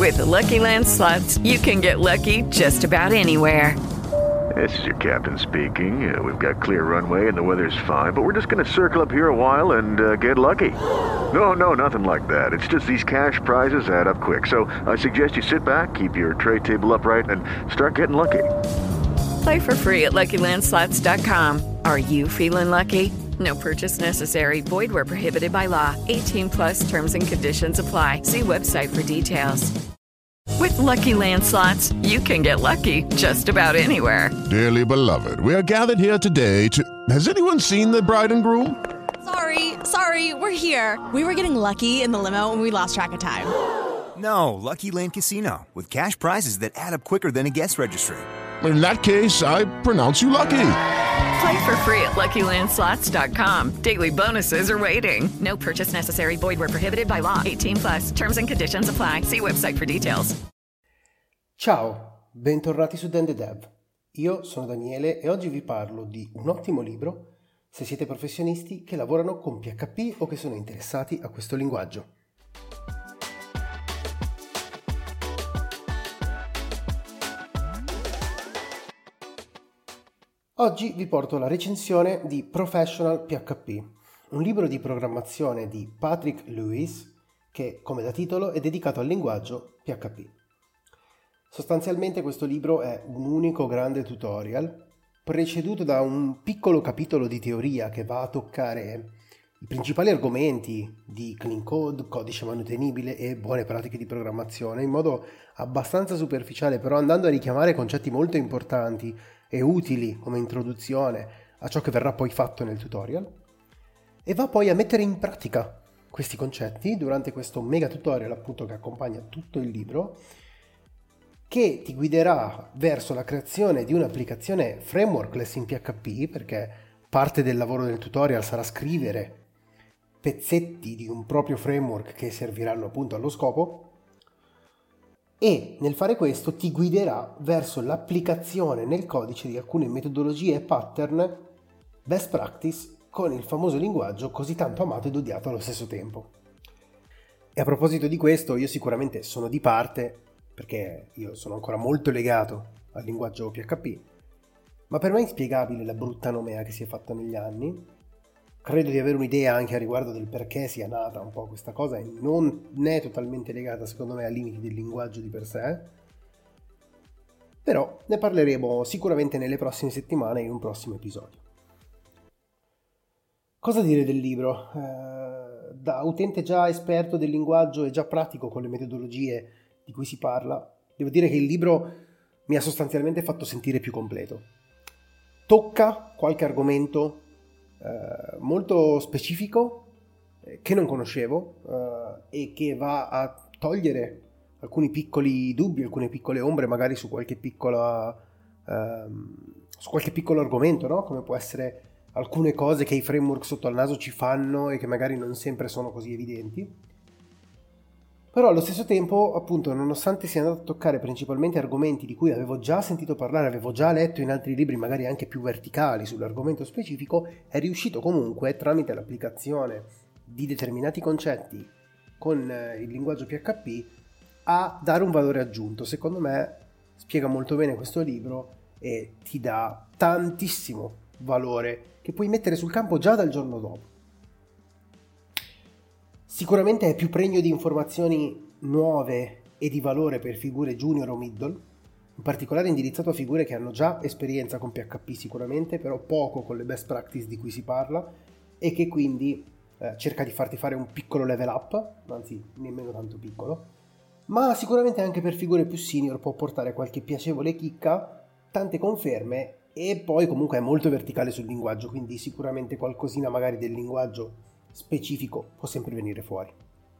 With Lucky Land Slots, you can get lucky just about anywhere. This is your captain speaking. We've got clear runway and the weather's fine, but we're just going to circle up here a while and get lucky. No, nothing like that. It's just these cash prizes add up quick. So I suggest you sit back, keep your tray table upright, and start getting lucky. Play for free at LuckyLandSlots.com. Are you feeling lucky? No purchase necessary. Void where prohibited by law. 18 plus terms and conditions apply. See website for details. With Lucky Land Slots, you can get lucky just about anywhere. Dearly beloved, we are gathered here today to... Has anyone seen the bride and groom? Sorry, we're here. We were getting lucky in the limo and we lost track of time. No, Lucky Land Casino, with cash prizes that add up quicker than a guest registry. In that case, I pronounce you lucky. Play for free at LuckyLandSlots.com. Daily bonuses are waiting. No purchase necessary. Void where prohibited by law. 18 plus. Terms and conditions apply. See website for details. Ciao, bentornati su Dan the Dev. Io sono Daniele e oggi vi parlo di un ottimo libro se siete professionisti che lavorano con PHP o che sono interessati a questo linguaggio. Oggi vi porto la recensione di Professional PHP, un libro di programmazione di Patrick Lewis che, come da titolo, è dedicato al linguaggio PHP. Sostanzialmente questo libro è un unico grande tutorial, preceduto da un piccolo capitolo di teoria che va a toccare i principali argomenti di clean code, codice manutenibile e buone pratiche di programmazione, in modo abbastanza superficiale, però andando a richiamare concetti molto importanti e utili come introduzione a ciò che verrà poi fatto nel tutorial, e va poi a mettere in pratica questi concetti durante questo mega tutorial appunto che accompagna tutto il libro, che ti guiderà verso la creazione di un'applicazione frameworkless in PHP, perché parte del lavoro del tutorial sarà scrivere pezzetti di un proprio framework che serviranno appunto allo scopo, e nel fare questo ti guiderà verso l'applicazione nel codice di alcune metodologie e pattern best practice con il famoso linguaggio così tanto amato ed odiato allo stesso tempo. E a proposito di questo, io sicuramente sono di parte, perché io sono ancora molto legato al linguaggio PHP, ma per me è inspiegabile la brutta nomea che si è fatta negli anni. Credo di avere un'idea anche a riguardo del perché sia nata un po' questa cosa e non è totalmente legata secondo me ai limiti del linguaggio di per sé, però ne parleremo sicuramente nelle prossime settimane in un prossimo episodio. Cosa dire del libro? Da utente già esperto del linguaggio e già pratico con le metodologie di cui si parla, devo dire che il libro mi ha sostanzialmente fatto sentire più completo. Tocca qualche argomento molto specifico che non conoscevo e che va a togliere alcuni piccoli dubbi, alcune piccole ombre magari su qualche piccolo argomento, no? Come può essere alcune cose che i framework sotto al naso ci fanno e che magari non sempre sono così evidenti. Però allo stesso tempo, appunto, nonostante sia andato a toccare principalmente argomenti di cui avevo già sentito parlare, avevo già letto in altri libri magari anche più verticali sull'argomento specifico, è riuscito comunque, tramite l'applicazione di determinati concetti con il linguaggio PHP, a dare un valore aggiunto. Secondo me spiega molto bene questo libro e ti dà tantissimo valore che puoi mettere sul campo già dal giorno dopo. Sicuramente è più pregno di informazioni nuove e di valore per figure junior o middle, in particolare indirizzato a figure che hanno già esperienza con PHP sicuramente, però poco con le best practice di cui si parla, e che quindi cerca di farti fare un piccolo level up, anzi nemmeno tanto piccolo, ma sicuramente anche per figure più senior può portare qualche piacevole chicca, tante conferme, e poi comunque è molto verticale sul linguaggio, quindi sicuramente qualcosina magari del linguaggio specifico può sempre venire fuori.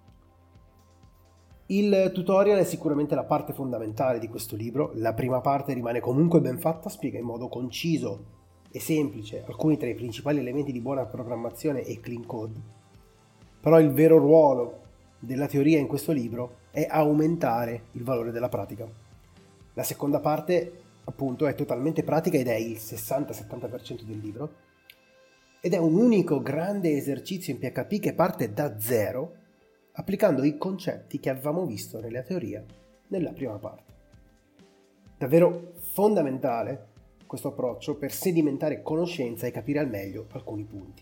Il tutorial è sicuramente la parte fondamentale di questo libro. La prima parte rimane comunque ben fatta, spiega in modo conciso e semplice alcuni tra i principali elementi di buona programmazione e clean code, però il vero ruolo della teoria in questo libro è aumentare il valore della pratica. La seconda parte appunto è totalmente pratica ed è il 60-70% del libro, ed è un unico grande esercizio in PHP che parte da zero, applicando i concetti che avevamo visto nella teoria nella prima parte. Davvero fondamentale questo approccio per sedimentare conoscenza e capire al meglio alcuni punti.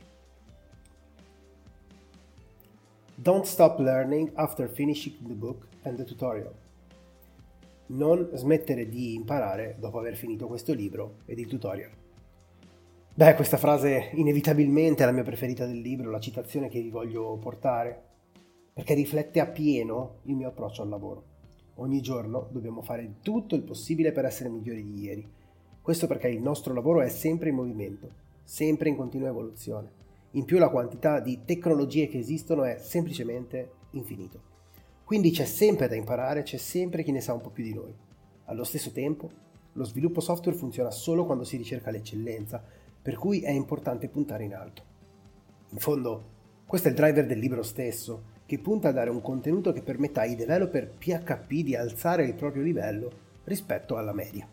Don't stop learning after finishing the book and the tutorial. Non smettere di imparare dopo aver finito questo libro ed il tutorial. Beh, questa frase inevitabilmente è la mia preferita del libro, la citazione che vi voglio portare, perché riflette appieno il mio approccio al lavoro. Ogni giorno dobbiamo fare tutto il possibile per essere migliori di ieri. Questo perché il nostro lavoro è sempre in movimento, sempre in continua evoluzione. In più la quantità di tecnologie che esistono è semplicemente infinito. Quindi c'è sempre da imparare, c'è sempre chi ne sa un po' più di noi. Allo stesso tempo, lo sviluppo software funziona solo quando si ricerca l'eccellenza, per cui è importante puntare in alto. In fondo, questo è il driver del libro stesso, che punta a dare un contenuto che permetta ai developer PHP di alzare il proprio livello rispetto alla media.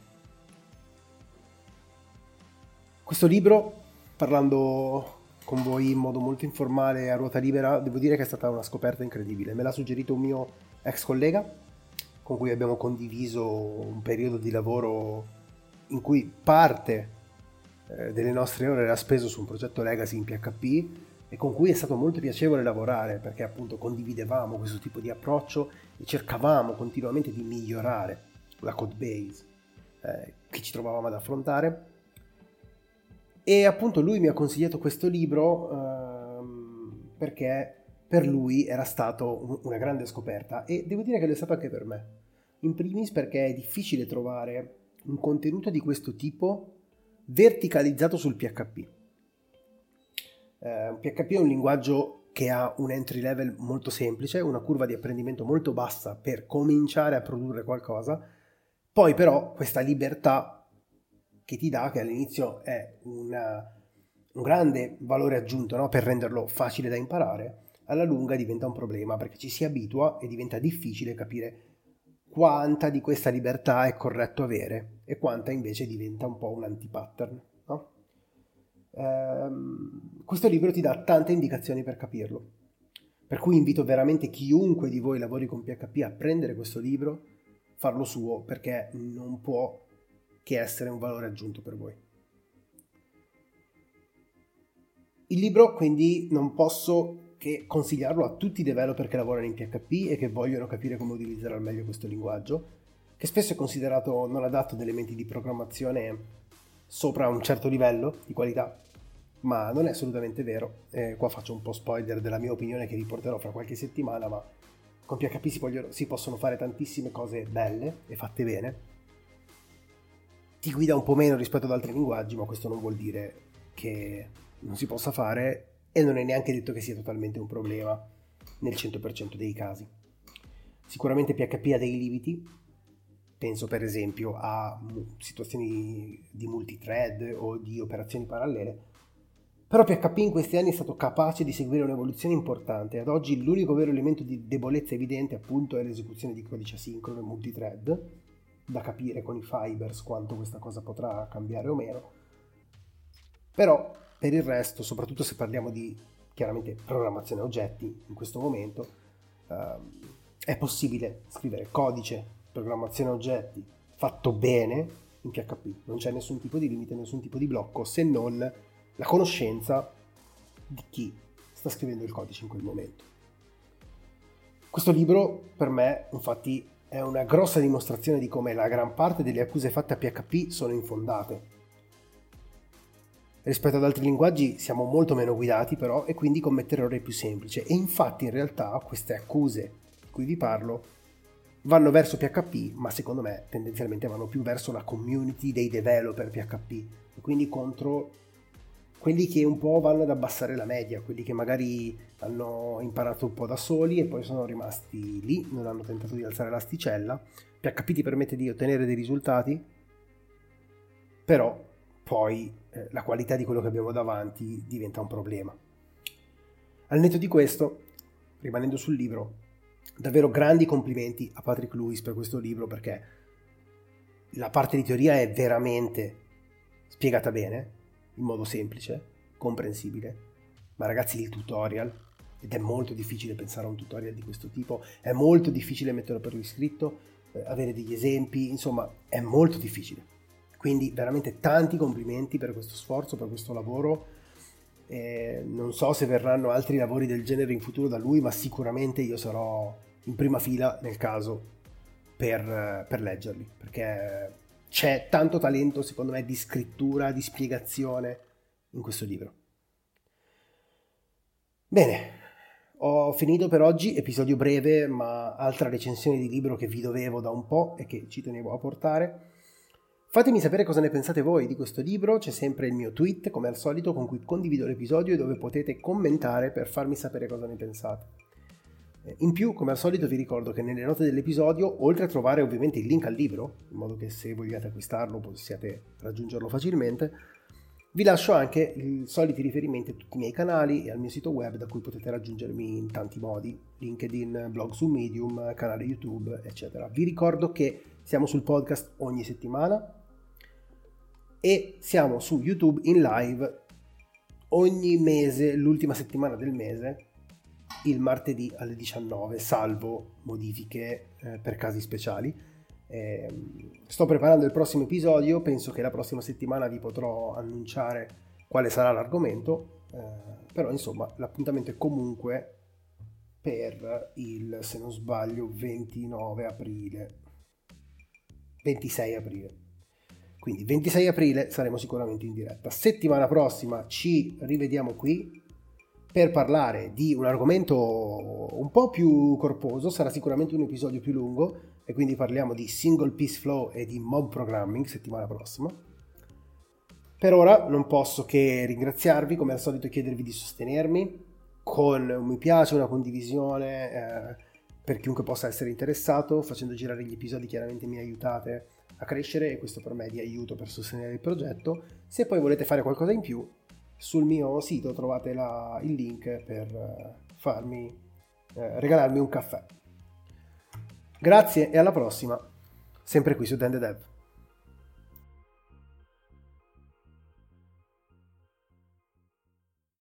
Questo libro, parlando con voi in modo molto informale a ruota libera, devo dire che è stata una scoperta incredibile. Me l'ha suggerito un mio ex collega con cui abbiamo condiviso un periodo di lavoro in cui parte delle nostre ore era speso su un progetto legacy in PHP e con cui è stato molto piacevole lavorare perché appunto condividevamo questo tipo di approccio e cercavamo continuamente di migliorare la code base che ci trovavamo ad affrontare. E appunto lui mi ha consigliato questo libro perché per lui era stato una grande scoperta e devo dire che lo è stato anche per me. In primis perché è difficile trovare un contenuto di questo tipo verticalizzato sul PHP. PHP è un linguaggio che ha un entry level molto semplice, una curva di apprendimento molto bassa per cominciare a produrre qualcosa, poi però questa libertà che ti dà, che all'inizio è un grande valore aggiunto, no? Per renderlo facile da imparare, alla lunga diventa un problema perché ci si abitua e diventa difficile capire quanta di questa libertà è corretto avere e quanta invece diventa un po' un anti-pattern, no? Questo libro ti dà tante indicazioni per capirlo, per cui invito veramente chiunque di voi lavori con PHP a prendere questo libro, farlo suo, perché non può che essere un valore aggiunto per voi. Il libro quindi non posso che consigliarlo a tutti i developer che lavorano in PHP e che vogliono capire come utilizzare al meglio questo linguaggio, che spesso è considerato non adatto ad elementi di programmazione sopra un certo livello di qualità, ma non è assolutamente vero. Qua faccio un po' spoiler della mia opinione che vi porterò fra qualche settimana, ma con PHP si possono fare tantissime cose belle e fatte bene. Ti guida un po' meno rispetto ad altri linguaggi, ma questo non vuol dire che non si possa fare e non è neanche detto che sia totalmente un problema nel 100% dei casi. Sicuramente PHP ha dei limiti, penso per esempio a situazioni di multithread o di operazioni parallele, però PHP in questi anni è stato capace di seguire un'evoluzione importante. Ad oggi l'unico vero elemento di debolezza evidente appunto è l'esecuzione di codice asincrono e multithread, da capire con i fibers quanto questa cosa potrà cambiare o meno, però per il resto, soprattutto se parliamo di chiaramente programmazione a oggetti in questo momento, è possibile scrivere codice, programmazione a oggetti fatto bene in PHP, non c'è nessun tipo di limite, nessun tipo di blocco se non la conoscenza di chi sta scrivendo il codice in quel momento. Questo libro per me infatti è una grossa dimostrazione di come la gran parte delle accuse fatte a PHP sono infondate. Rispetto ad altri linguaggi siamo molto meno guidati però e quindi commettere errori più semplice e infatti in realtà queste accuse di cui vi parlo vanno verso PHP, ma secondo me tendenzialmente vanno più verso la community dei developer PHP e quindi contro quelli che un po' vanno ad abbassare la media, quelli che magari hanno imparato un po' da soli e poi sono rimasti lì, non hanno tentato di alzare l'asticella. PHP ti permette di ottenere dei risultati, però poi la qualità di quello che abbiamo davanti diventa un problema. Al netto di questo, rimanendo sul libro, davvero grandi complimenti a Patrick Lewis per questo libro perché la parte di teoria è veramente spiegata bene, in modo semplice, comprensibile, ma ragazzi il tutorial, ed è molto difficile pensare a un tutorial di questo tipo, è molto difficile metterlo per iscritto, avere degli esempi, insomma è molto difficile. Quindi veramente tanti complimenti per questo sforzo, per questo lavoro. Non so se verranno altri lavori del genere in futuro da lui, ma sicuramente io sarò in prima fila nel caso per leggerli, perché c'è tanto talento, secondo me, di scrittura, di spiegazione in questo libro. Bene, ho finito per oggi, episodio breve, ma altra recensione di libro che vi dovevo da un po' e che ci tenevo a portare. Fatemi sapere cosa ne pensate voi di questo libro, c'è sempre il mio tweet, come al solito, con cui condivido l'episodio e dove potete commentare per farmi sapere cosa ne pensate. In più, come al solito, vi ricordo che nelle note dell'episodio, oltre a trovare ovviamente il link al libro, in modo che se vogliate acquistarlo possiate raggiungerlo facilmente, vi lascio anche i soliti riferimenti a tutti i miei canali e al mio sito web da cui potete raggiungermi in tanti modi, LinkedIn, blog su Medium, canale YouTube, eccetera. Vi ricordo che siamo sul podcast ogni settimana e siamo su YouTube in live ogni mese, l'ultima settimana del mese, il martedì alle 19, salvo modifiche per casi speciali. Sto preparando il prossimo episodio, penso che la prossima settimana vi potrò annunciare quale sarà l'argomento, però insomma l'appuntamento è comunque per il, se non sbaglio, 26 aprile. Quindi 26 aprile saremo sicuramente in diretta. Settimana prossima ci rivediamo qui per parlare di un argomento un po' più corposo, sarà sicuramente un episodio più lungo e quindi parliamo di single piece flow e di mob programming settimana prossima. Per ora non posso che ringraziarvi, come al solito chiedervi di sostenermi con un mi piace, una condivisione per chiunque possa essere interessato. Facendo girare gli episodi chiaramente mi aiutate a crescere e questo per me è di aiuto per sostenere il progetto. Se poi volete fare qualcosa in più, sul mio sito trovate il link per regalarmi un caffè. Grazie e alla prossima, sempre qui su Dan the Dev.